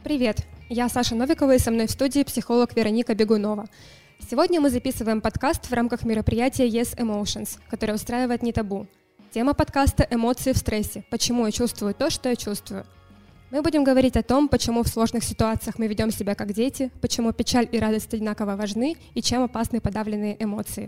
Привет, я Саша Новикова, и со мной в студии психолог Вероника Бегунова. Сегодня мы записываем подкаст в рамках мероприятия Yes Emotions, которое устраивает Не Табу. Тема подкаста — эмоции в стрессе. Почему я чувствую то, что я чувствую. Мы будем говорить о том, почему в сложных ситуациях мы ведем себя как дети, почему печаль и радость одинаково важны и чем опасны подавленные эмоции.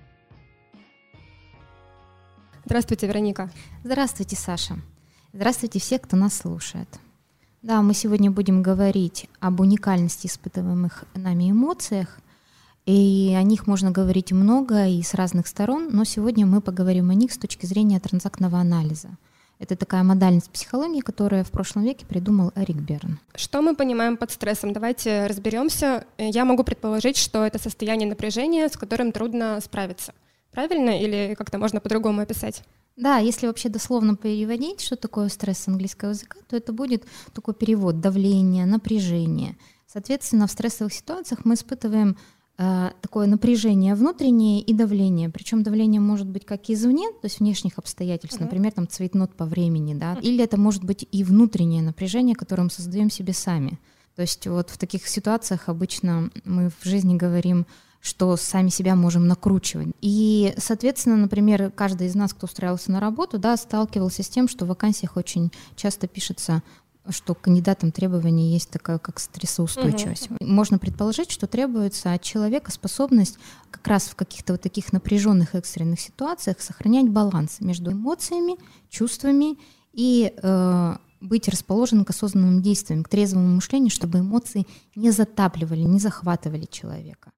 Здравствуйте, Вероника. Здравствуйте, Саша. Здравствуйте все, кто нас слушает. Да, мы сегодня будем говорить об уникальности испытываемых нами эмоциях, и о них можно говорить много и с разных сторон, но сегодня мы поговорим о них с точки зрения транзактного анализа. Это такая модальность психологии, которую в прошлом веке придумал Эрик Берн. Что мы понимаем под стрессом? Давайте разберемся. Я могу предположить, что это состояние напряжения, с которым трудно справиться. Правильно или как-то можно по-другому описать? Да, если вообще дословно переводить, что такое стресс с английского языка, то это будет такой перевод: давление, напряжение. Соответственно, в стрессовых ситуациях мы испытываем такое напряжение внутреннее и давление. Причем давление может быть как извне, то есть внешних обстоятельств, например, там цейтнот по времени, да, или это может быть и внутреннее напряжение, которое мы создаем себе сами. То есть вот в таких ситуациях обычно мы в жизни говорим, что сами себя можем накручивать. И, соответственно, например, каждый из нас, кто устраивался на работу, да, сталкивался с тем, что в вакансиях очень часто пишется, что к кандидатам требования есть такая, как стрессоустойчивость. Можно предположить, что требуется от человека способность как раз в каких-то вот таких напряженных экстренных ситуациях сохранять баланс между эмоциями, чувствами и быть расположенным к осознанным действиям, к трезвому мышлению, чтобы эмоции не затапливали, не захватывали человека.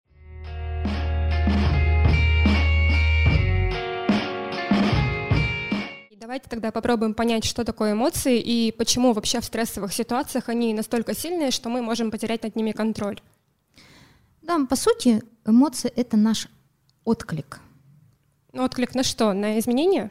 Давайте тогда попробуем понять, что такое эмоции и почему вообще в стрессовых ситуациях они настолько сильные, что мы можем потерять над ними контроль. Да, по сути, эмоции — это наш отклик. Отклик на что? На изменения?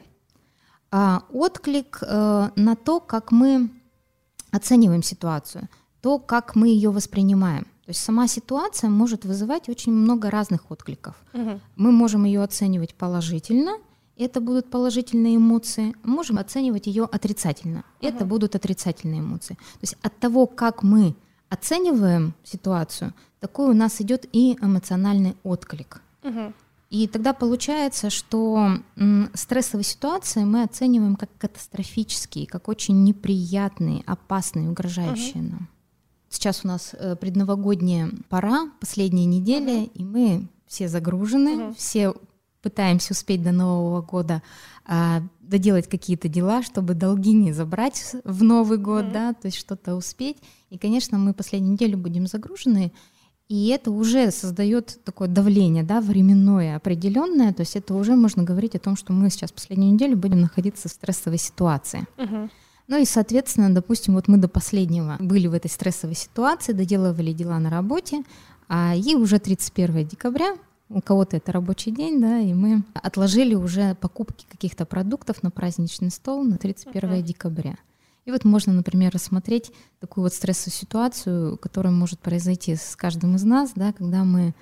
Отклик на то, как мы оцениваем ситуацию, то, как мы ее воспринимаем. То есть сама ситуация может вызывать очень много разных откликов. Мы можем ее оценивать положительно, это будут положительные эмоции, можем оценивать ее отрицательно, это будут отрицательные эмоции. То есть от того, как мы оцениваем ситуацию, такой у нас идет и эмоциональный отклик. И тогда получается, что стрессовые ситуации мы оцениваем как катастрофические, как очень неприятные, опасные, угрожающие нам. Сейчас у нас предновогодняя пора, последняя неделя, и мы все загружены, все пытаемся успеть до Нового года доделать какие-то дела, чтобы долги не забрать в Новый год, да, то есть что-то успеть. И, конечно, мы последнюю неделю будем загружены, и это уже создает такое давление, да, временное, определенное. То есть это уже можно говорить о том, что мы сейчас последнюю неделю будем находиться в стрессовой ситуации. Ну и, соответственно, допустим, вот мы до последнего были в этой стрессовой ситуации, доделывали дела на работе, и уже 31 декабря, у кого-то это рабочий день, да, и мы отложили уже покупки каких-то продуктов на праздничный стол на 31 декабря. И вот можно, например, рассмотреть такую вот стрессовую ситуацию, которая может произойти с каждым из нас, да, когда мы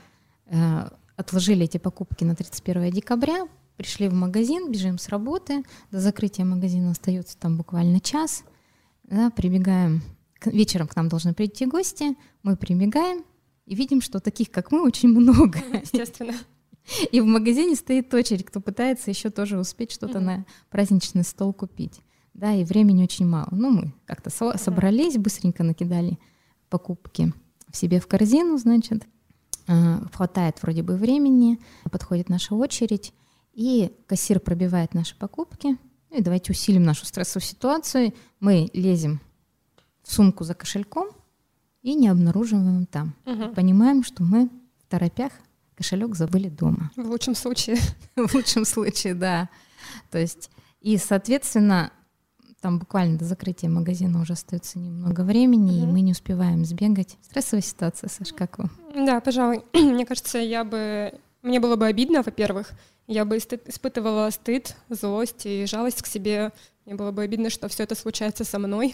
отложили эти покупки на 31 декабря, пришли в магазин, бежим с работы, до закрытия магазина остается там буквально час, да, прибегаем, вечером к нам должны прийти гости, мы прибегаем и видим, что таких, как мы, очень много. Естественно. И в магазине стоит очередь, кто пытается еще тоже успеть что-то на праздничный стол купить. Да, и времени очень мало. Ну, мы как-то собрались, быстренько накидали покупки в себе в корзину, значит, хватает вроде бы времени, подходит наша очередь, и кассир пробивает наши покупки. И давайте усилим нашу стрессовую ситуацию. Мы лезем в сумку за кошельком и не обнаруживаем там. Понимаем, что мы в торопях кошелек забыли дома. В лучшем случае. В лучшем случае, да. То есть, и, соответственно, там буквально до закрытия магазина уже остается немного времени, и мы не успеваем сбегать. Стрессовая ситуация, Саш, как вы? Да, пожалуй. Мне кажется, мне было бы обидно, во-первых. Я бы испытывала стыд, злость и жалость к себе. Мне было бы обидно, что все это случается со мной.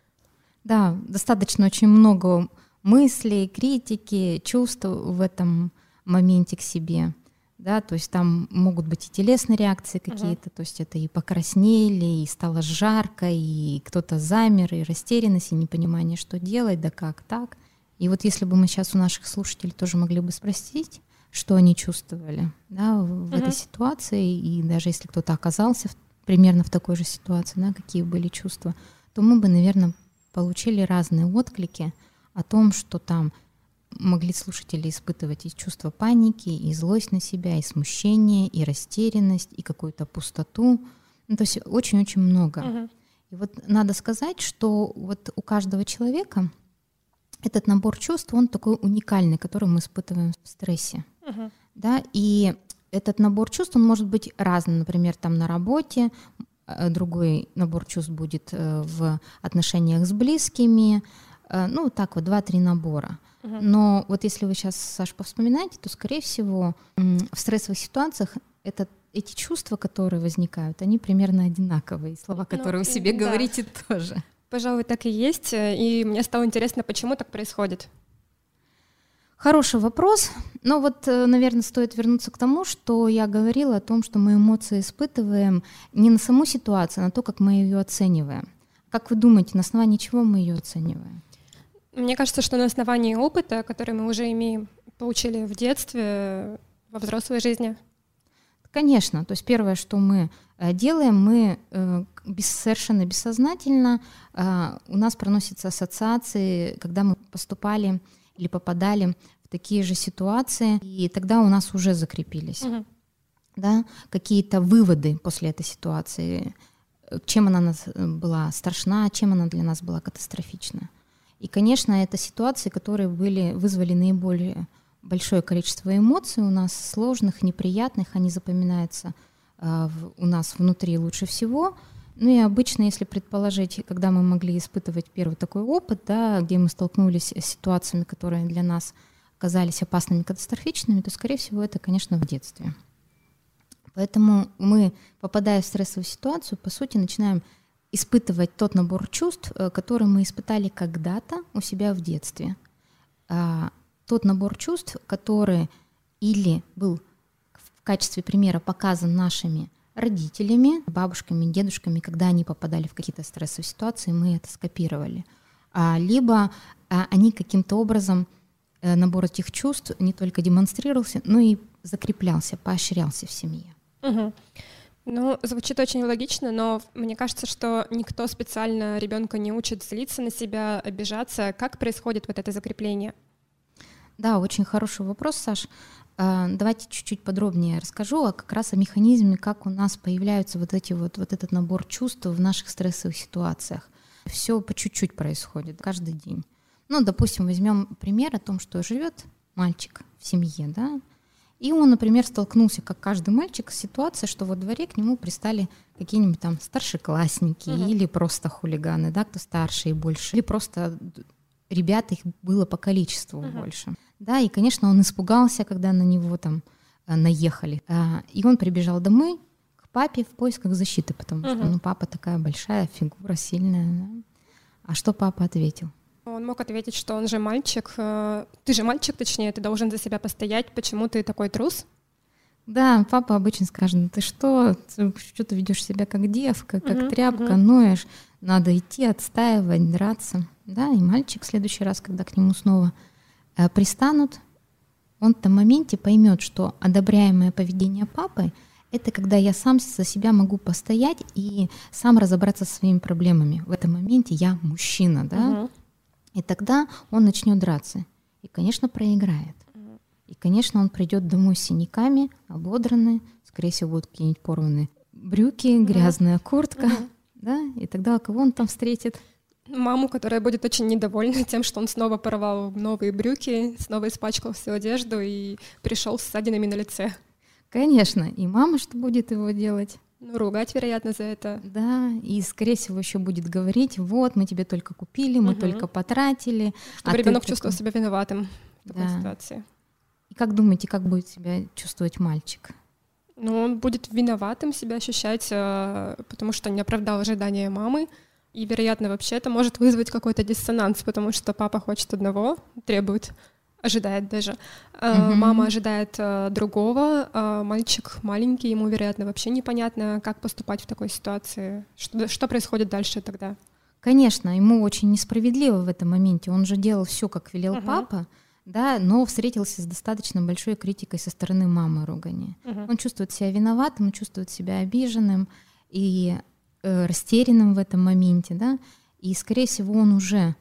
Да, достаточно очень много мыслей, критики, чувств в этом моменте к себе. да, то есть там могут быть и телесные реакции какие-то, то есть это и покраснели, и стало жарко, и кто-то замер, и растерянность, и непонимание, что делать, да как так. И вот если бы мы сейчас у наших слушателей тоже могли бы спросить, что они чувствовали, да, в этой ситуации, и даже если кто-то оказался примерно в такой же ситуации, да, какие были чувства, то мы бы, наверное, получили разные отклики о том, что там могли слушатели испытывать и чувство паники, и злость на себя, и смущение, и растерянность, и какую-то пустоту. Ну, то есть очень-очень много. И вот надо сказать, что вот у каждого человека этот набор чувств, он такой уникальный, который мы испытываем в стрессе. Да? И этот набор чувств, он может быть разным. Например, там на работе, другой набор чувств будет в отношениях с близкими. Ну, так вот, 2-3 набора. Но вот если вы сейчас, Саш, повспоминаете, то, скорее всего, в стрессовых ситуациях эти чувства, которые возникают, они примерно одинаковые. Слова, которые вы себе говорите, тоже. Пожалуй, так и есть. И мне стало интересно, почему так происходит. Хороший вопрос. Но вот, наверное, стоит вернуться к тому, что я говорила о том, что мы эмоции испытываем не на саму ситуацию, а на то, как мы ее оцениваем. Как вы думаете, на основании чего мы ее оцениваем? Мне кажется, что на основании опыта, который мы уже получили в детстве, во взрослой жизни. Конечно. То есть первое, что мы делаем, мы совершенно бессознательно, у нас проносятся ассоциации, когда мы поступали или попадали в такие же ситуации, и тогда у нас уже закрепились да, какие-то выводы после этой ситуации, чем она нас была страшна, чем она для нас была катастрофична. И, конечно, это ситуации, которые вызвали наиболее большое количество эмоций у нас, сложных, неприятных, они запоминаются у нас внутри лучше всего. Ну и обычно, если предположить, когда мы могли испытывать первый такой опыт, да, где мы столкнулись с ситуациями, которые для нас казались опасными, катастрофичными, то, скорее всего, это, конечно, в детстве. Поэтому мы, попадая в стрессовую ситуацию, по сути, начинаем испытывать тот набор чувств, который мы испытали когда-то у себя в детстве. Тот набор чувств, который или был в качестве примера показан нашими родителями, бабушками, дедушками, когда они попадали в какие-то стрессовые ситуации, мы это скопировали. Либо они каким-то образом, набор этих чувств не только демонстрировался, но и закреплялся, поощрялся в семье. Ну, звучит очень логично, но мне кажется, что никто специально ребенка не учит злиться на себя, обижаться. Как происходит вот это закрепление? Да, очень хороший вопрос, Саш. Давайте чуть-чуть подробнее расскажу как раз о механизме, как у нас появляются вот этот набор чувств в наших стрессовых ситуациях. Все по чуть-чуть происходит каждый день. Ну, допустим, возьмем пример о том, что живет мальчик в семье, да, и он, например, столкнулся, как каждый мальчик, с ситуацией, что во дворе к нему пристали какие-нибудь там старшеклассники или просто хулиганы, да, кто старше и больше, или просто ребят, их было по количеству больше. Да, и, конечно, он испугался, когда на него там наехали. И он прибежал домой к папе в поисках защиты, потому что папа такая большая фигура, сильная. Да? А что папа ответил? Он мог ответить, что он же мальчик. Ты же мальчик, точнее, ты должен за себя постоять. Почему ты такой трус? Да, папа обычно скажет: ну ты что ты ведешь себя как девка, как тряпка, ноешь, надо идти, отстаивать, драться. Да, и мальчик в следующий раз, когда к нему снова пристанут, он в том моменте поймет, что одобряемое поведение папы — это когда я сам за себя могу постоять и сам разобраться со своими проблемами. В этом моменте я мужчина, да? И тогда он начнет драться. И, конечно, проиграет. И, конечно, он придет домой с синяками, ободранный, скорее всего, будут какие-нибудь порванные брюки, грязная куртка. Да? И тогда кого он там встретит? Маму, которая будет очень недовольна тем, что он снова порвал новые брюки, снова испачкал всю одежду и пришел с ссадинами на лице. Конечно. И мама что будет его делать? Ну, ругать, вероятно, за это. Да, и, скорее всего, еще будет говорить: вот, мы тебе только купили, мы только потратили. Чтобы ребенок чувствовал себя виноватым в такой ситуации. И как думаете, как будет себя чувствовать мальчик? Ну, он будет виноватым себя ощущать, потому что не оправдал ожидания мамы. И, вероятно, вообще это может вызвать какой-то диссонанс, потому что папа хочет одного, требует ожидает даже. Мама ожидает другого, мальчик маленький, ему, вероятно, вообще непонятно, как поступать в такой ситуации. Что происходит дальше тогда? Конечно, ему очень несправедливо в этом моменте. Он же делал все, как велел папа, да, но встретился с достаточно большой критикой со стороны мамы, ругани. Он чувствует себя виноватым, он чувствует себя обиженным и растерянным в этом моменте, да, и, скорее всего, он уже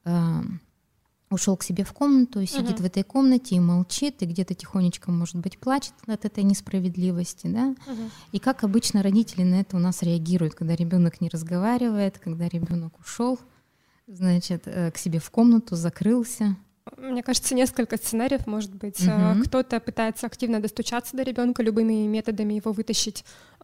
ушел к себе в комнату и сидит в этой комнате и молчит, и где-то тихонечко, может быть, плачет от этой несправедливости, да. И как обычно родители на это у нас реагируют, когда ребенок не разговаривает, когда ребенок ушел, значит, к себе в комнату, закрылся. Мне кажется, несколько сценариев может быть. Кто-то пытается активно достучаться до ребенка, любыми методами его вытащить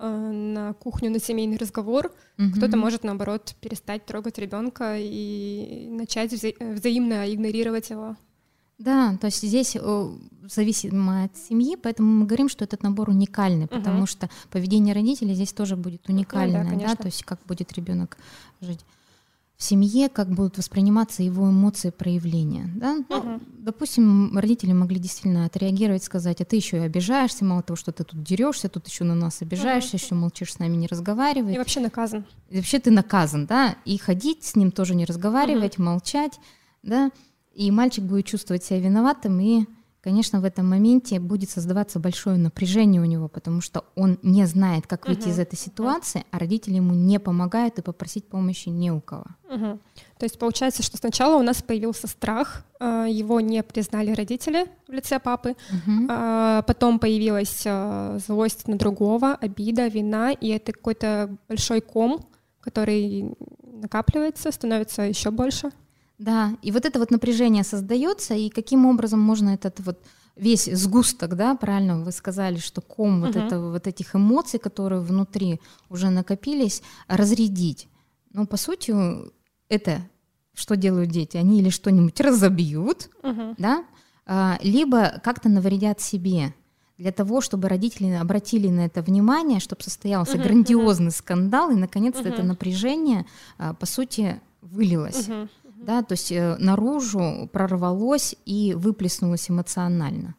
на кухню, на семейный разговор. Кто-то может, наоборот, перестать трогать ребенка и начать взаимно игнорировать его. Да, то есть здесь зависимо от семьи, поэтому мы говорим, что этот набор уникальный, потому что поведение родителей здесь тоже будет уникальное, да, то есть как будет ребенок жить в семье, как будут восприниматься его эмоции, проявления. Да? Допустим, родители могли действительно отреагировать, сказать: а ты еще и обижаешься, мало того, что ты тут дерешься, тут еще на нас обижаешься, еще молчишь, с нами не разговариваешь. И вообще наказан. И вообще ты наказан, да, и ходить с ним тоже не разговаривать, молчать, да, и мальчик будет чувствовать себя виноватым, и, конечно, в этом моменте будет создаваться большое напряжение у него, потому что он не знает, как выйти из этой ситуации, а родители ему не помогают, и попросить помощи не у кого. То есть получается, что сначала у нас появился страх, его не признали родители в лице папы, потом появилась злость на другого, обида, вина, и это какой-то большой ком, который накапливается, становится еще больше. Да, и вот это вот напряжение создается, и каким образом можно этот вот весь сгусток, да, правильно вы сказали, что ком вот этих эмоций, которые внутри уже накопились, разрядить. Ну, по сути, это что делают дети? Они или что-нибудь разобьют, да, либо как-то навредят себе. Для того, чтобы родители обратили на это внимание, чтобы состоялся грандиозный скандал, и, наконец-то, это напряжение, по сути, вылилось. Да, то есть наружу прорвалось и выплеснулось эмоционально.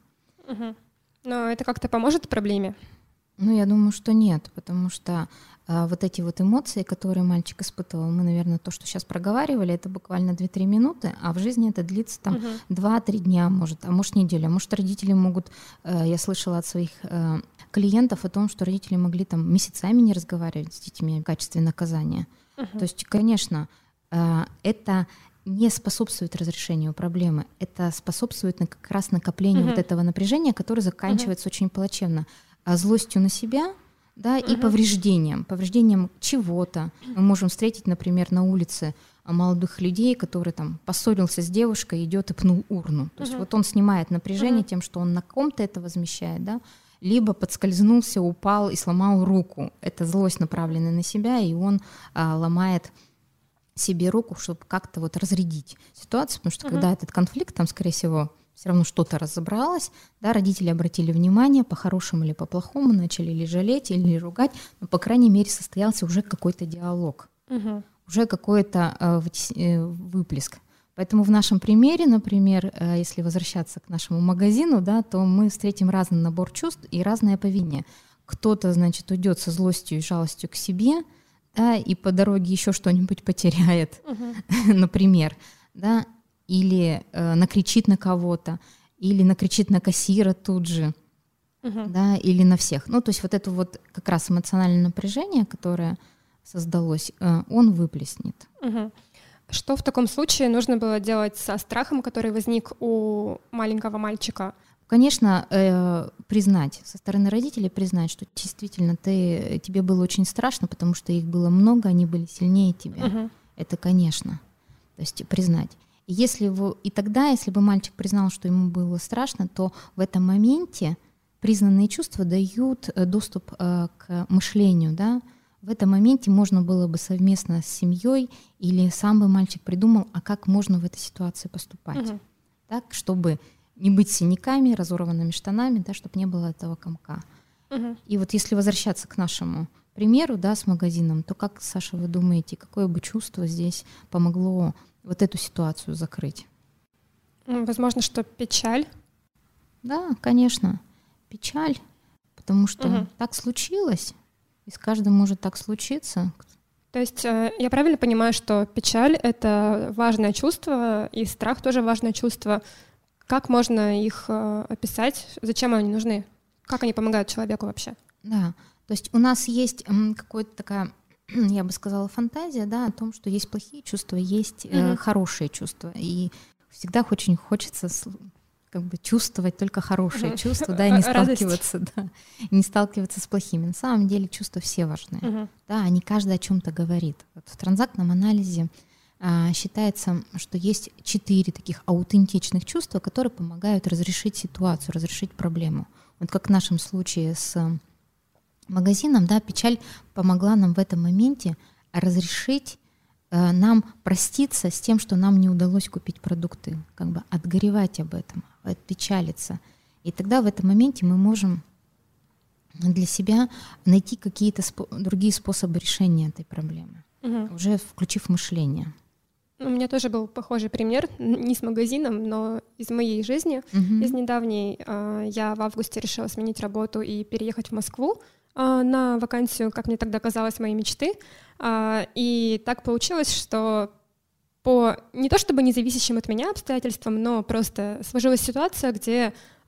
Но это как-то поможет проблеме? Ну, я думаю, что нет, потому что вот эти вот эмоции, которые мальчик испытывал, мы, наверное, то, что сейчас проговаривали, это буквально 2-3 минуты, а в жизни это длится там 2-3 дня, может, а может неделю. А может, родители могут, я слышала от своих клиентов о том, что родители могли там месяцами не разговаривать с детьми в качестве наказания. То есть, конечно, это не способствует разрешению проблемы, это способствует как раз накоплению вот этого напряжения, которое заканчивается очень плачевно. Злостью на себя, да, и повреждением чего-то. Мы можем встретить, например, на улице молодых людей, который там поссорился с девушкой, идет и пнул урну. То есть вот он снимает напряжение тем, что он на ком-то это возмещает, да, либо подскользнулся, упал и сломал руку. Это злость, направленная на себя, и он ломает себе руку, чтобы как-то вот разрядить ситуацию, потому что когда этот конфликт, там, скорее всего, все равно что-то разобралось, да, родители обратили внимание, по-хорошему или по-плохому, начали или жалеть, или ругать, но, по крайней мере, состоялся уже какой-то диалог, уже какой-то выплеск. Поэтому в нашем примере, например, если возвращаться к нашему магазину, да, то мы встретим разный набор чувств и разное поведение. Кто-то, значит, уйдет со злостью и жалостью к себе, да, и по дороге еще что-нибудь потеряет, например, да, или накричит на кого-то, или накричит на кассира тут же, да, или на всех. Ну, то есть вот это вот как раз эмоциональное напряжение, которое создалось, он выплеснет. Что в таком случае нужно было делать со страхом, который возник у маленького мальчика? Конечно, признать, со стороны родителей признать, что действительно тебе было очень страшно, потому что их было много, они были сильнее тебя. Это, конечно, то есть признать. И тогда, если бы мальчик признал, что ему было страшно, то в этом моменте признанные чувства дают доступ к мышлению, да. В этом моменте можно было бы совместно с семьей или сам бы мальчик придумал, а как можно в этой ситуации поступать, так, чтобы не быть синяками, разорванными штанами, да, чтобы не было этого комка. И вот если возвращаться к нашему примеру, да, с магазином, то как, Саша, вы думаете, какое бы чувство здесь помогло вот эту ситуацию закрыть? Возможно, что печаль. Да, конечно, печаль, потому что так случилось, и с каждым может так случиться. То есть я правильно понимаю, что печаль — это важное чувство, и страх тоже важное чувство. Как можно их описать? Зачем они нужны? Как они помогают человеку вообще? Да, то есть у нас есть какая-то такая, я бы сказала, фантазия, да, о том, что есть плохие чувства, есть хорошие чувства, и всегда очень хочется как бы чувствовать только хорошие чувства, да, и не сталкиваться с плохими. На самом деле чувства все важны, да, они каждый о чем-то говорит. Вот в транзактном анализе считается, что есть 4 таких аутентичных чувства, которые помогают разрешить ситуацию, разрешить проблему. Вот как в нашем случае с магазином, да, печаль помогла нам в этом моменте разрешить нам проститься с тем, что нам не удалось купить продукты, как бы отгоревать об этом, отпечалиться. И тогда в этом моменте мы можем для себя найти какие-то другие способы решения этой проблемы, уже включив мышление. У меня тоже был похожий пример, не с магазином, но из моей жизни, из недавней. Я в августе решила сменить работу и переехать в Москву на вакансию, как мне тогда казалось, моей мечты. И так получилось, что по не то чтобы независящим от меня обстоятельствам, но просто сложилась ситуация, где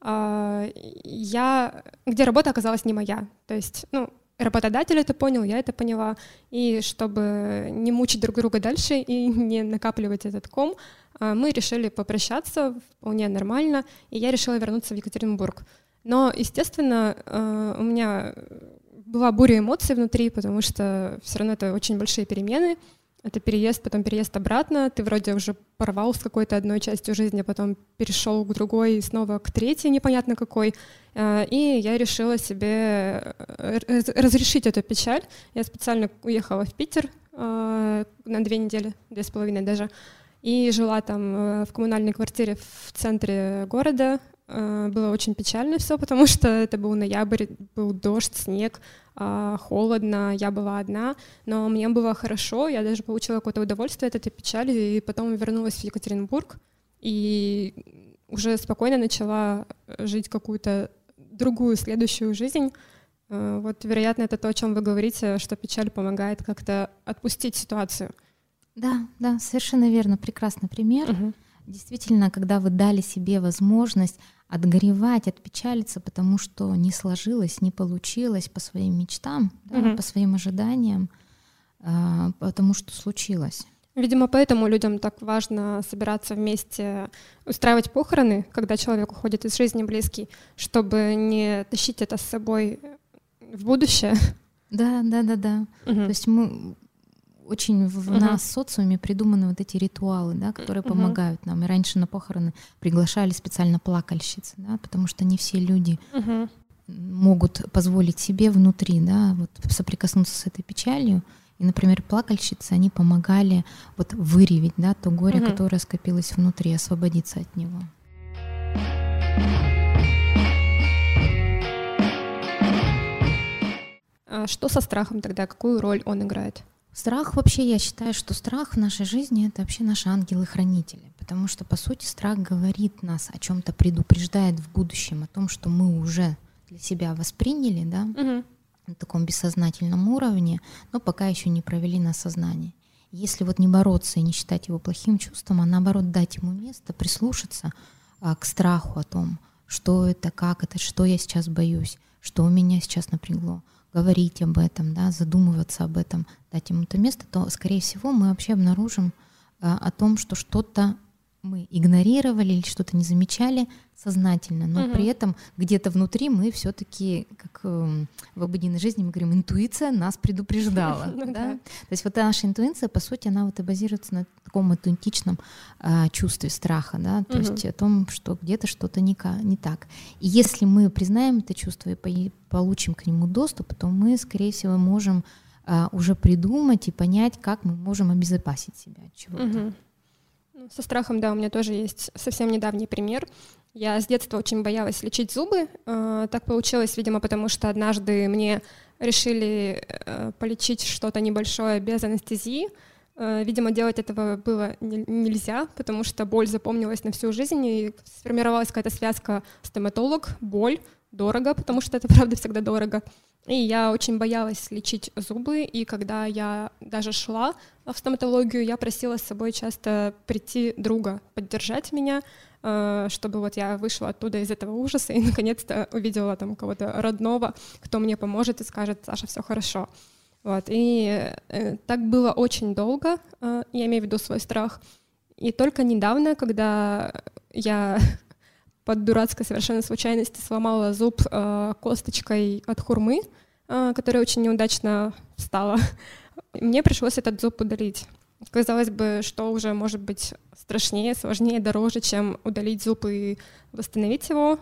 работа оказалась не моя. То есть, работодатель это понял, я это поняла. И чтобы не мучить друг друга дальше и не накапливать этот ком, мы решили попрощаться вполне нормально, и я решила вернуться в Екатеринбург. Но, естественно, у меня была буря эмоций внутри, потому что все равно это очень большие перемены. Это переезд, потом переезд обратно. Ты вроде уже порвал с какой-то одной частью жизни, потом перешел к другой и снова к третьей, непонятно какой. И я решила себе разрешить эту печаль. Я специально уехала в Питер на 2 недели, 2,5 даже, и жила там в коммунальной квартире в центре города. Было очень печально все, потому что это был ноябрь, был дождь, снег, холодно, я была одна, но мне было хорошо, я даже получила какое-то удовольствие от этой печали, и потом вернулась в Екатеринбург и уже спокойно начала жить какую-то другую, следующую жизнь. Вот, вероятно, это то, о чем вы говорите, что печаль помогает как-то отпустить ситуацию. Да, совершенно верно, прекрасный пример. Действительно, когда вы дали себе возможность отгоревать, отпечалиться, потому что не сложилось, не получилось по своим мечтам, да, по своим ожиданиям, потому что случилось. Видимо, поэтому людям так важно собираться вместе, устраивать похороны, когда человек уходит из жизни близкий, чтобы не тащить это с собой в будущее. Да. То есть мы очень в нас в социуме придуманы вот эти ритуалы, да, которые помогают нам. И раньше на похороны приглашали специально плакальщиц, да, потому что не все люди могут позволить себе внутри, да, вот соприкоснуться с этой печалью. И, например, плакальщицы, они помогали вот выреветь, да, то горе, которое скопилось внутри, освободиться от него. А что со страхом тогда? Какую роль он играет? Страх вообще, я считаю, что страх в нашей жизни — это вообще наши ангелы-хранители, потому что, по сути, страх говорит нас о чем-то, предупреждает в будущем, о том, что мы уже для себя восприняли, да, на таком бессознательном уровне, но пока еще не провели на сознание. Если вот не бороться и не считать его плохим чувством, а наоборот дать ему место, прислушаться к страху о том, что это, как это, что я сейчас боюсь, что у меня сейчас напрягло, говорить об этом, да, задумываться об этом, дать ему это место, то, скорее всего, мы вообще обнаружим о том, что что-то мы игнорировали или что-то не замечали сознательно, но при этом где-то внутри мы все-таки, как в обыденной жизни мы говорим, интуиция нас предупреждала. Да? То есть вот наша интуиция, по сути, она вот и базируется на таком аутентичном чувстве страха, да? То есть о том, что где-то что-то не так. И если мы признаем это чувство и получим к нему доступ, то мы, скорее всего, можем уже придумать и понять, как мы можем обезопасить себя от чего-то. Со страхом, да, у меня тоже есть совсем недавний пример. Я с детства очень боялась лечить зубы. Так получилось, видимо, потому что однажды мне решили полечить что-то небольшое без анестезии. Видимо, делать этого было нельзя, потому что боль запомнилась на всю жизнь, и сформировалась какая-то связка стоматолог, боль, дорого, потому что это, правда, всегда дорого. И я очень боялась лечить зубы, и когда я даже шла в стоматологию, я просила с собой часто прийти друга, поддержать меня, чтобы вот я вышла оттуда из этого ужаса и наконец-то увидела там кого-то родного, кто мне поможет и скажет: «Саша, все хорошо». Вот. И так было очень долго, я имею в виду свой страх. И только недавно, когда я по дурацкой совершенно случайности сломала зуб косточкой от хурмы, которая очень неудачно встала, мне пришлось этот зуб удалить. Казалось бы, что уже может быть страшнее, сложнее, дороже, чем удалить зуб и восстановить его,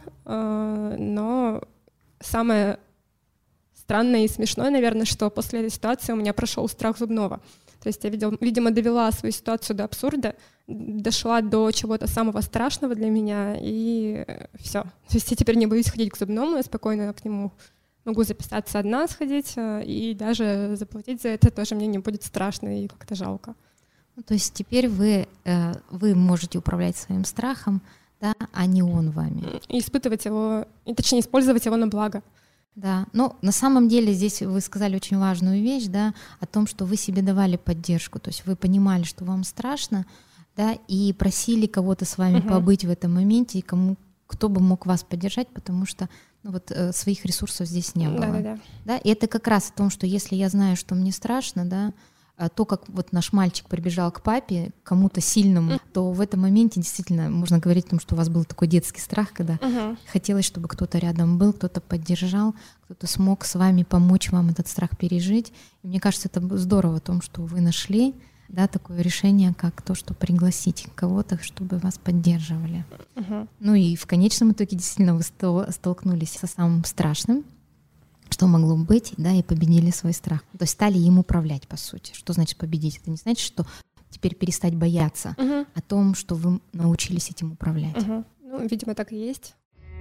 но самое странное и смешное, наверное, что после этой ситуации у меня прошел страх зубного. То есть я, видимо, довела свою ситуацию до абсурда, дошла до чего-то самого страшного для меня, и все. То есть я теперь не боюсь ходить к зубному, я спокойно к нему могу записаться одна, сходить, и даже заплатить за это тоже мне не будет страшно и как-то жалко. То есть теперь вы можете управлять своим страхом, да, а не он вами. И испытывать его, точнее, использовать его на благо. Да, но на самом деле здесь вы сказали очень важную вещь, да, о том, что вы себе давали поддержку, то есть вы понимали, что вам страшно, да, и просили кого-то с вами побыть в этом моменте, и кто бы мог вас поддержать, потому что своих ресурсов здесь не было. Да, и это как раз о том, что если я знаю, что мне страшно, да, то, как вот наш мальчик прибежал к папе, кому-то сильному, то в этом моменте действительно можно говорить о том, что у вас был такой детский страх, когда хотелось, чтобы кто-то рядом был, кто-то поддержал, кто-то смог с вами помочь вам этот страх пережить. И мне кажется, это здорово о том, что вы нашли, да, такое решение, как то, что пригласить кого-то, чтобы вас поддерживали. Ну и в конечном итоге действительно вы столкнулись со самым страшным, что могло быть, да, и победили свой страх. То есть стали им управлять, по сути. Что значит победить? Это не значит, что теперь перестать бояться, о том, что вы научились этим управлять. Ну, видимо, так и есть.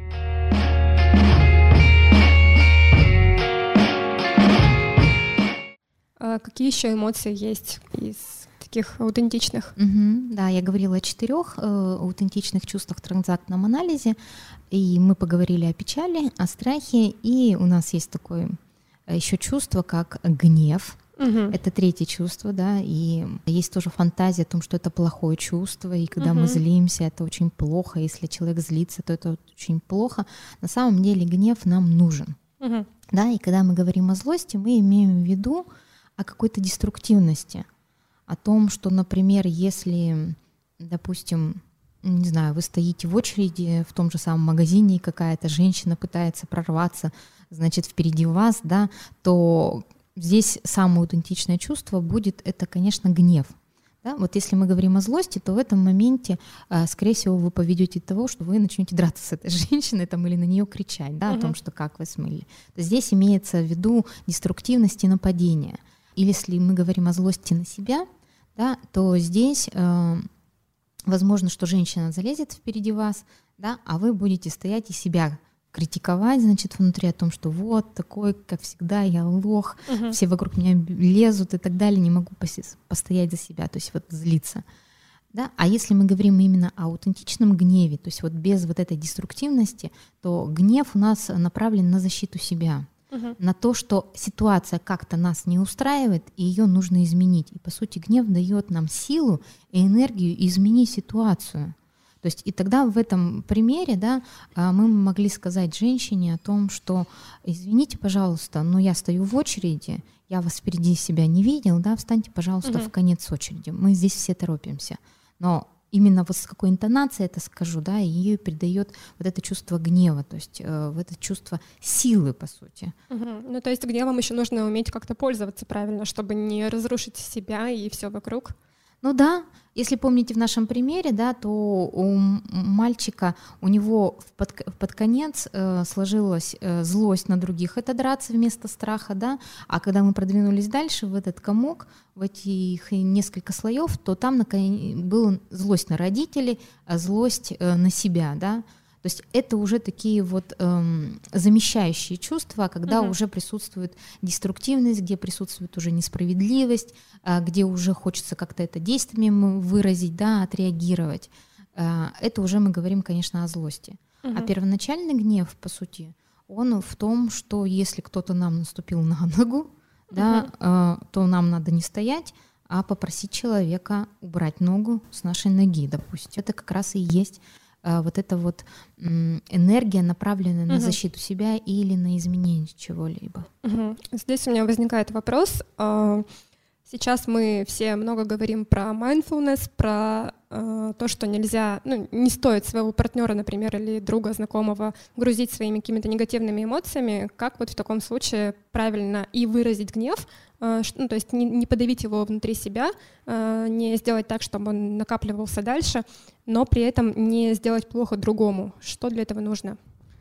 А какие еще эмоции есть из таких аутентичных? Да, я говорила о 4 аутентичных чувствах в транзактном анализе, и мы поговорили о печали, о страхе, и у нас есть такое еще чувство, как гнев. Это 3-е чувство, да, и есть тоже фантазия о том, что это плохое чувство, и когда мы злимся, это очень плохо, если человек злится, то это очень плохо. На самом деле гнев нам нужен, да, и когда мы говорим о злости, мы имеем в виду о какой-то деструктивности, о том, что, например, если, допустим, не знаю, вы стоите в очереди в том же самом магазине, и какая-то женщина пытается прорваться, значит, впереди вас, да, то здесь самое аутентичное чувство будет это, конечно, гнев. Да? Вот если мы говорим о злости, то в этом моменте, скорее всего, вы поведете к тому, что вы начнете драться с этой женщиной там, или на нее кричать, да, о том, что как вы смыли. То здесь имеется в виду деструктивность и нападение. Или если мы говорим о злости на себя, да, то здесь возможно, что женщина залезет впереди вас, да, а вы будете стоять и себя критиковать, значит, внутри о том, что вот такой, как всегда, я лох, все вокруг меня лезут и так далее, не могу постоять за себя, то есть вот злиться. Да? А если мы говорим именно о аутентичном гневе, то есть вот без вот этой деструктивности, то гнев у нас направлен на защиту себя, на то, что ситуация как-то нас не устраивает, и ее нужно изменить. И, по сути, гнев дает нам силу и энергию изменить ситуацию. То есть и тогда в этом примере, да, мы могли сказать женщине о том, что извините, пожалуйста, но я стою в очереди, я вас впереди себя не видел, да, встаньте, пожалуйста, в конец очереди. Мы здесь все торопимся. Но именно вот с какой интонацией это скажу, да, и ей придает вот это чувство гнева, то есть вот это чувство силы, по сути. Ну, то есть гневом еще нужно уметь как-то пользоваться правильно, чтобы не разрушить себя и все вокруг. Ну да, если помните в нашем примере, да, то у мальчика, у него под конец сложилась злость на других, это драться вместо страха, да, а когда мы продвинулись дальше в этот комок, в этих несколько слоев, то там была злость на родителей, злость на себя, да, То есть это уже такие вот замещающие чувства, когда уже присутствует деструктивность, где присутствует уже несправедливость, где уже хочется как-то это действиями выразить, да, отреагировать. Это уже мы говорим, конечно, о злости. А первоначальный гнев, по сути, он в том, что если кто-то нам наступил на ногу, да, то нам надо не стоять, а попросить человека убрать ногу с нашей ноги, допустим. Это как раз и есть вот эта вот энергия, направленная на защиту себя или на изменение чего-либо. Здесь у меня возникает вопрос. Сейчас мы все много говорим про mindfulness, про то, что нельзя, не стоит своего партнера, например, или друга, знакомого грузить своими какими-то негативными эмоциями. Как вот в таком случае правильно и выразить гнев, то есть не подавить его внутри себя, не сделать так, чтобы он накапливался дальше, но при этом не сделать плохо другому. Что для этого нужно?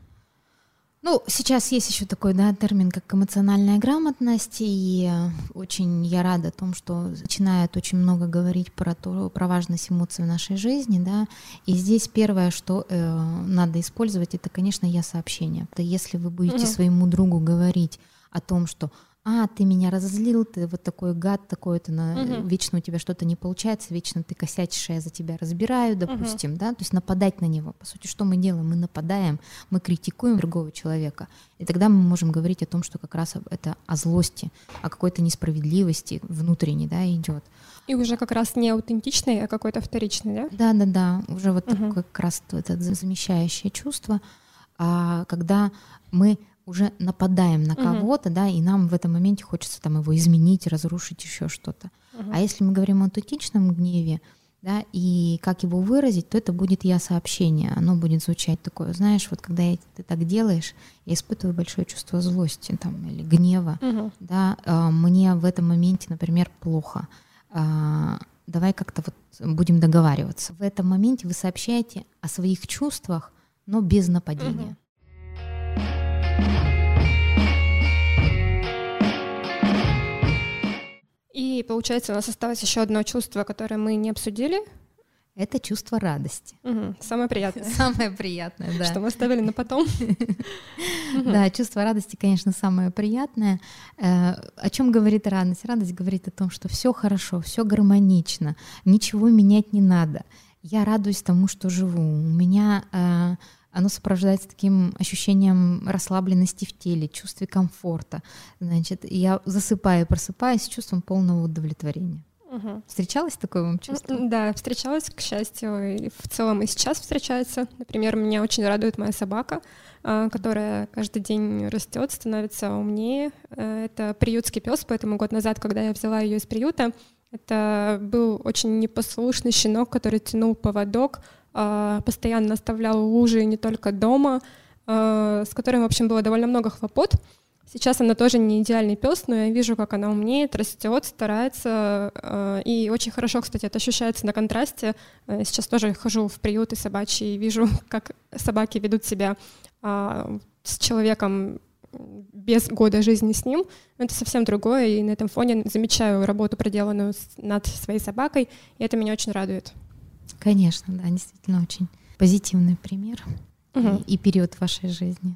Сейчас есть еще такой, термин, как эмоциональная грамотность, и очень я рада о том, что начинают очень много говорить про важность эмоций в нашей жизни, да, и здесь первое, что надо использовать, это, конечно, я-сообщение. Если вы будете своему другу говорить о том, что ты меня разозлил, ты вот такой гад, такой-то, вечно у тебя что-то не получается, вечно ты косячишь, я за тебя разбираю, допустим, да, то есть нападать на него. По сути, что мы делаем? Мы нападаем, мы критикуем другого человека, и тогда мы можем говорить о том, что как раз это о злости, о какой-то несправедливости внутренней, да, идет. И уже как раз не аутентичный, а какой-то вторичный, да? Да, уже вот такое как раз это замещающее чувство, когда мы уже нападаем на кого-то, да, и нам в этом моменте хочется там его изменить, разрушить, еще что-то. А если мы говорим о аутентичном гневе, да, и как его выразить, то это будет я-сообщение. Оно будет звучать такое, знаешь, вот когда ты так делаешь, я испытываю большое чувство злости там, или гнева, да, мне в этом моменте, например, плохо. Давай как-то вот будем договариваться. В этом моменте вы сообщаете о своих чувствах, но без нападения. И получается, у нас осталось еще одно чувство, которое мы не обсудили. Это чувство радости. Самое приятное. Самое приятное, да. Что мы оставили на потом. Да, чувство радости, конечно, самое приятное. О чем говорит радость? Радость говорит о том, что все хорошо, все гармонично, ничего менять не надо. Я радуюсь тому, что живу. У меня оно сопровождается таким ощущением расслабленности в теле, чувстве комфорта. Значит, я засыпаю и просыпаюсь с чувством полного удовлетворения. Встречалось такое вам чувство? Да, встречалась, к счастью, и в целом и сейчас встречается. Например, меня очень радует моя собака, которая каждый день растет, становится умнее. Это приютский пес, поэтому год назад, когда я взяла ее из приюта, это был очень непослушный щенок, который тянул поводок, постоянно оставлял лужи не только дома, с которым, в общем, было довольно много хлопот. Сейчас она тоже не идеальный пес, но я вижу, как она умнеет, растет, старается. И очень хорошо, кстати, это ощущается на контрасте. Сейчас тоже хожу в приюты собачьи и вижу, как собаки ведут себя с человеком без года жизни с ним. Это совсем другое, и на этом фоне замечаю работу, проделанную над своей собакой, и это меня очень радует. Конечно, да, действительно очень позитивный пример и период вашей жизни.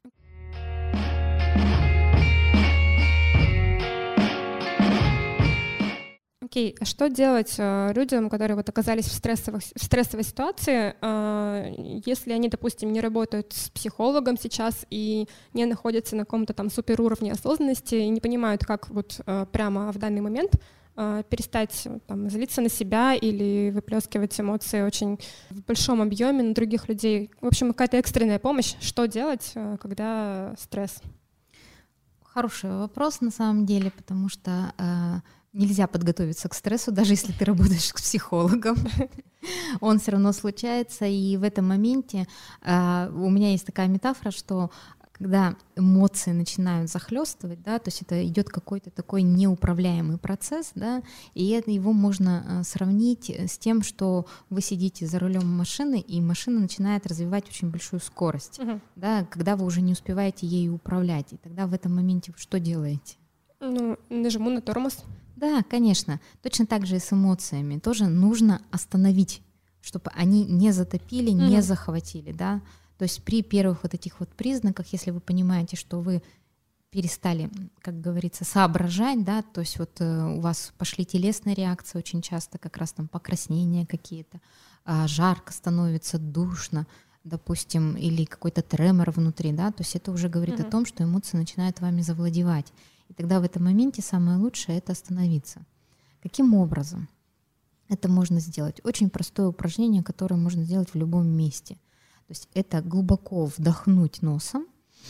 Окей, а что делать людям, которые вот оказались в стрессовой ситуации, если они, допустим, не работают с психологом сейчас и не находятся на каком-то там суперуровне осознанности и не понимают, как вот прямо в данный момент перестать там, злиться на себя или выплескивать эмоции очень в большом объеме на других людей? В общем, какая-то экстренная помощь. Что делать, когда стресс? Хороший вопрос на самом деле, потому что нельзя подготовиться к стрессу, даже если ты работаешь с психологом. Он все равно случается, и в этом моменте у меня есть такая метафора, что когда эмоции начинают захлестывать, да, то есть это идет какой-то такой неуправляемый процесс, да, и его можно сравнить с тем, что вы сидите за рулем машины, и машина начинает развивать очень большую скорость, да, когда вы уже не успеваете ею управлять, и тогда в этом моменте вы что делаете? Нажму на тормоз. Да, конечно. Точно так же и с эмоциями. Тоже нужно остановить, чтобы они не затопили, не захватили, да. То есть при первых вот этих вот признаках, если вы понимаете, что вы перестали, как говорится, соображать, да, то есть вот у вас пошли телесные реакции очень часто, как раз там покраснения какие-то, жарко становится, душно, допустим, или какой-то тремор внутри, да, то есть это уже говорит о том, что эмоции начинают вами завладевать. И тогда в этом моменте самое лучшее — это остановиться. Каким образом это можно сделать? Очень простое упражнение, которое можно сделать в любом месте. То есть это глубоко вдохнуть носом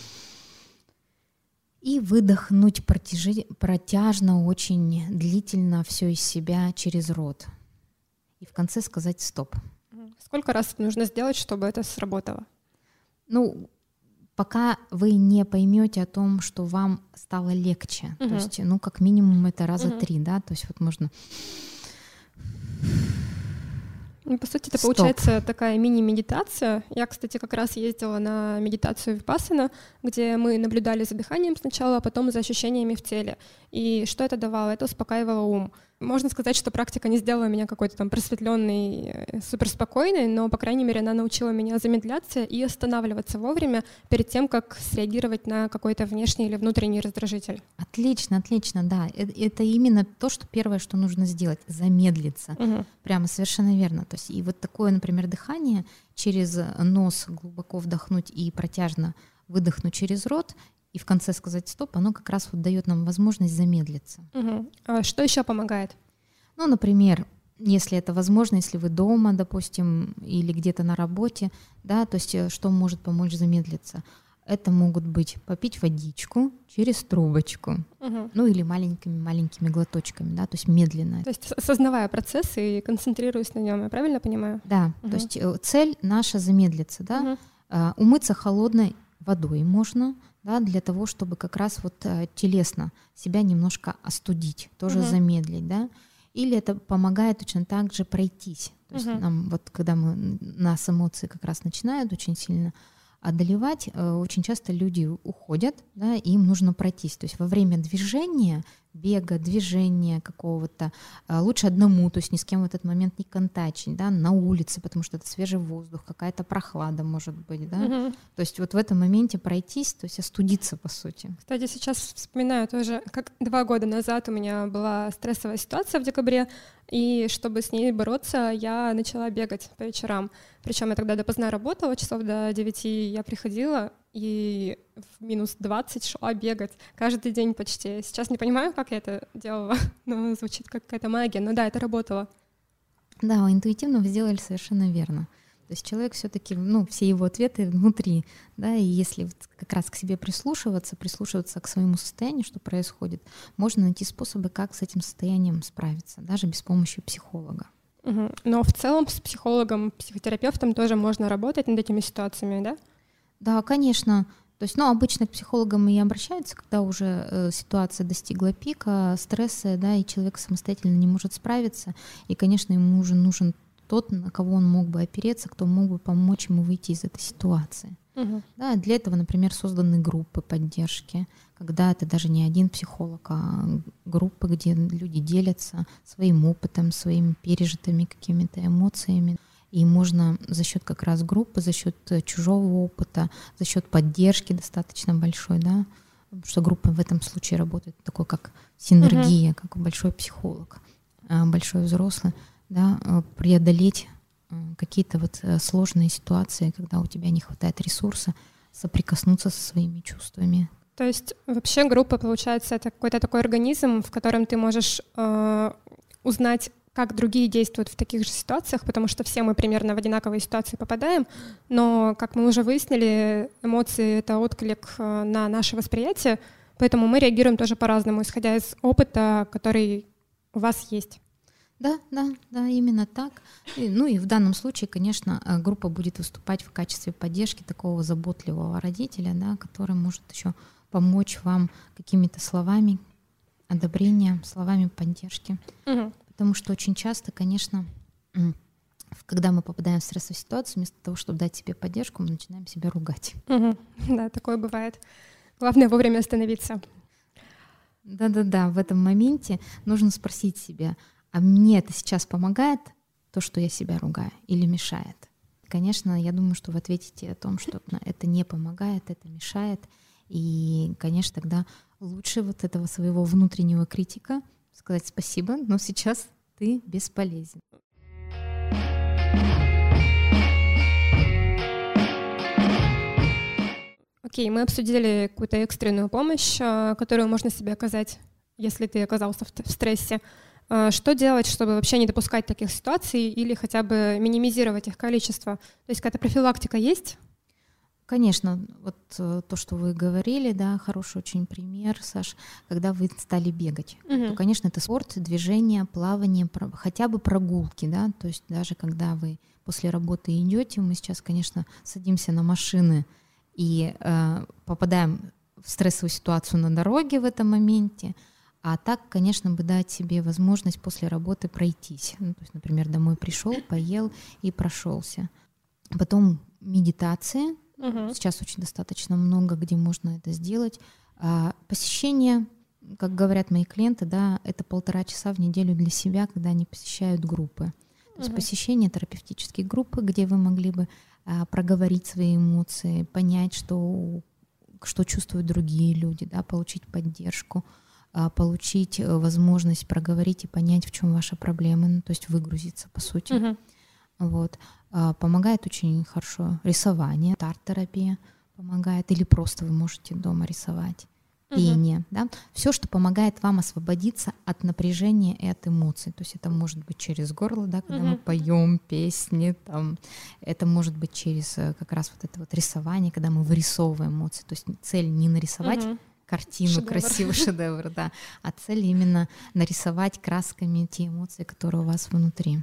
и выдохнуть протяжно, очень длительно все из себя через рот. И в конце сказать «стоп». Сколько раз это нужно сделать, чтобы это сработало? Ну, пока вы не поймете о том, что вам стало легче. То есть, ну, как минимум это раза 3, да, то есть вот можно... Ну, по сути, это получается такая мини-медитация. Я, кстати, как раз ездила на медитацию випассана, где мы наблюдали за дыханием сначала, а потом за ощущениями в теле. И что это давало? Это успокаивало ум. Можно сказать, что практика не сделала меня какой-то там просветленной, суперспокойной, но, по крайней мере, она научила меня замедляться и останавливаться вовремя перед тем, как среагировать на какой-то внешний или внутренний раздражитель. Отлично, отлично, да. Это именно то, что первое, что нужно сделать — замедлиться. Прямо совершенно верно. То есть и вот такое, например, дыхание через нос глубоко вдохнуть и протяжно выдохнуть через рот, и в конце сказать «стоп», оно как раз вот дает нам возможность замедлиться. А что еще помогает? Ну, например, если это возможно, если вы дома, допустим, или где-то на работе, да, то есть что может помочь замедлиться? Это могут быть попить водичку через трубочку, ну или маленькими глоточками, да, то есть медленно. То есть осознавая процесс и концентрируясь на нем, я правильно понимаю? Да, то есть цель наша замедлиться, да, умыться холодной водой можно, да, для того, чтобы как раз вот телесно себя немножко остудить, тоже замедлить, да. Или это помогает точно так же пройтись. То есть нам вот когда нас эмоции как раз начинают очень сильно одолевать, очень часто люди уходят, да, и им нужно пройтись. То есть во время движения, бега, движения какого-то, лучше одному, то есть ни с кем в этот момент не контачить, да, на улице, потому что это свежий воздух, какая-то прохлада может быть, да. То есть вот в этом моменте пройтись, то есть остудиться, по сути. Кстати, сейчас вспоминаю тоже, как 2 года назад у меня была стрессовая ситуация в декабре, и чтобы с ней бороться, я начала бегать по вечерам. Причем я тогда допоздна работала, часов до 9 я приходила и в минус 20 шла бегать каждый день почти. Сейчас не понимаю, как я это делала, но звучит как какая-то магия. Но да, это работало. Да, интуитивно вы сделали совершенно верно. То есть человек все-таки, ну, все его ответы внутри, да, и если как раз к себе прислушиваться к своему состоянию, что происходит, можно найти способы, как с этим состоянием справиться, даже без помощи психолога. Но в целом с психологом, психотерапевтом тоже можно работать над этими ситуациями, да? Да, конечно. То есть, ну, обычно к психологам и обращаются, когда уже ситуация достигла пика стресса, да, и человек самостоятельно не может справиться, и, конечно, ему уже нужен тот, на кого он мог бы опереться, кто мог бы помочь ему выйти из этой ситуации. Да, для этого, например, созданы группы поддержки, когда это даже не один психолог, а группы, где люди делятся своим опытом, своими пережитыми какими-то эмоциями. И можно за счет как раз группы, за счет чужого опыта, за счет поддержки достаточно большой, да, потому что группа в этом случае работает такой, как синергия, как большой психолог, большой взрослый, да, преодолеть какие-то вот сложные ситуации, когда у тебя не хватает ресурса, соприкоснуться со своими чувствами. То есть вообще группа, получается, это какой-то такой организм, в котором ты можешь узнать, как другие действуют в таких же ситуациях, потому что все мы примерно в одинаковые ситуации попадаем, но, как мы уже выяснили, эмоции — это отклик на наше восприятие, поэтому мы реагируем тоже по-разному, исходя из опыта, который у вас есть. Да, именно так. Ну и в данном случае, конечно, группа будет выступать в качестве поддержки такого заботливого родителя, да, который может еще помочь вам какими-то словами одобрения, словами поддержки. Потому что очень часто, конечно, когда мы попадаем в стрессовую ситуацию, вместо того, чтобы дать себе поддержку, мы начинаем себя ругать. Да, такое бывает. Главное вовремя остановиться. Да, в этом моменте нужно спросить себя, а мне это сейчас помогает, то, что я себя ругаю, или мешает? конечно, я думаю, что вы ответите о том, что это не помогает, это мешает. И, конечно, тогда лучше вот этого своего внутреннего критика сказать спасибо, но сейчас ты бесполезен. Окей, мы обсудили какую-то экстренную помощь, которую можно себе оказать, если ты оказался в стрессе. Что делать, чтобы вообще не допускать таких ситуаций или хотя бы минимизировать их количество? То есть какая-то профилактика есть? Конечно, вот то, что вы говорили, да, хороший очень пример, Саш, когда вы стали бегать. То, конечно, это спорт, движение, плавание, хотя бы прогулки, да, то есть даже когда вы после работы идете, мы сейчас, конечно, садимся на машины и попадаем в стрессовую ситуацию на дороге в этом моменте, а так, конечно, бы дать себе возможность после работы пройтись. Ну, то есть, например, домой пришел, поел и прошелся. Потом медитация. Сейчас очень достаточно много, где можно это сделать. Посещение, как говорят мои клиенты, да, это 1,5 часа в неделю для себя, когда они посещают группы. То есть посещение терапевтических групп, где вы могли бы проговорить свои эмоции, понять, что чувствуют другие люди, да, получить поддержку, получить возможность проговорить и понять, в чем ваша проблема, ну, то есть выгрузиться, по сути. Вот. Помогает очень хорошо рисование, арт-терапия помогает, или просто вы можете дома рисовать, пение, да? Все, что помогает вам освободиться от напряжения и от эмоций. То есть это может быть через горло, да, когда мы поем песни, там, это может быть через как раз вот это вот рисование, когда мы вырисовываем эмоции. То есть цель не нарисовать картину, красивый шедевр, да, а цель именно нарисовать красками те эмоции, которые у вас внутри.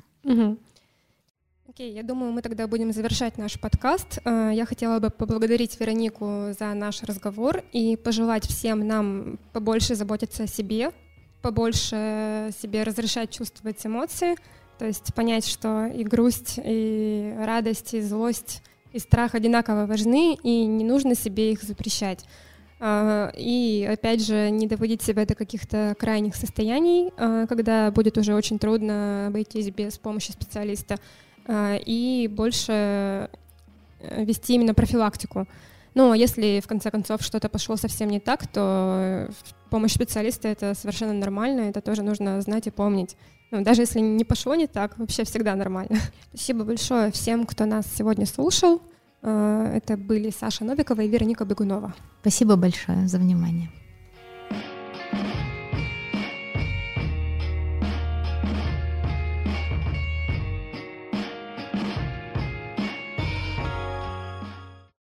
Окей, я думаю, мы тогда будем завершать наш подкаст. Я хотела бы поблагодарить Веронику за наш разговор и пожелать всем нам побольше заботиться о себе, побольше себе разрешать чувствовать эмоции, то есть понять, что и грусть, и радость, и злость, и страх одинаково важны, и не нужно себе их запрещать. И, опять же, не доводить себя до каких-то крайних состояний, когда будет уже очень трудно обойтись без помощи специалиста, и больше вести именно профилактику. Но если, в конце концов, что-то пошло совсем не так, то помощь специалиста — это совершенно нормально, это тоже нужно знать и помнить. Ну, даже если не пошло не так, вообще всегда нормально. Спасибо большое всем, кто нас сегодня слушал. Это были Саша Новикова и Вероника Бегунова. Спасибо большое за внимание.